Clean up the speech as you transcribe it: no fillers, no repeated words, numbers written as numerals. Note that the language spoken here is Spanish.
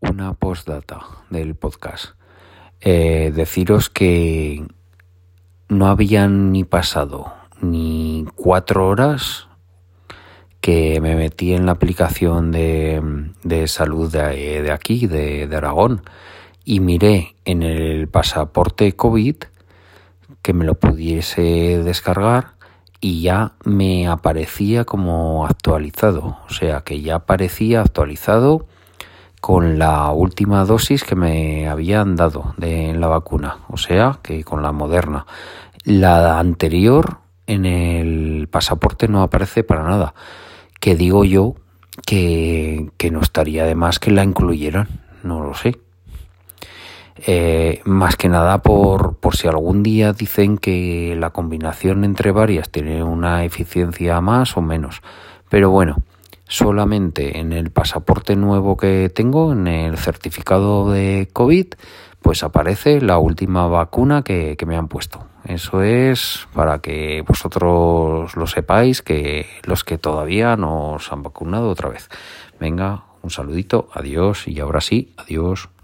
una postdata del podcast. Deciros que no habían ni pasado ni 4 horas que me metí en la aplicación de salud de aquí, de Aragón, y miré en el pasaporte COVID que me lo pudiese descargar y ya me aparecía como actualizado, o sea que ya aparecía actualizado con la última dosis que me habían dado de la vacuna, o sea que con la Moderna. La anterior en el pasaporte no aparece para nada, que digo yo que no estaría de más que la incluyeran, no lo sé. Más que nada por si algún día dicen que la combinación entre varias tiene una eficiencia más o menos, pero bueno, solamente en el pasaporte nuevo que tengo, en el certificado de COVID, pues aparece la última vacuna que me han puesto. Eso es para que vosotros lo sepáis, que los que todavía no os han vacunado otra vez. Venga, un saludito, adiós, y ahora sí, adiós.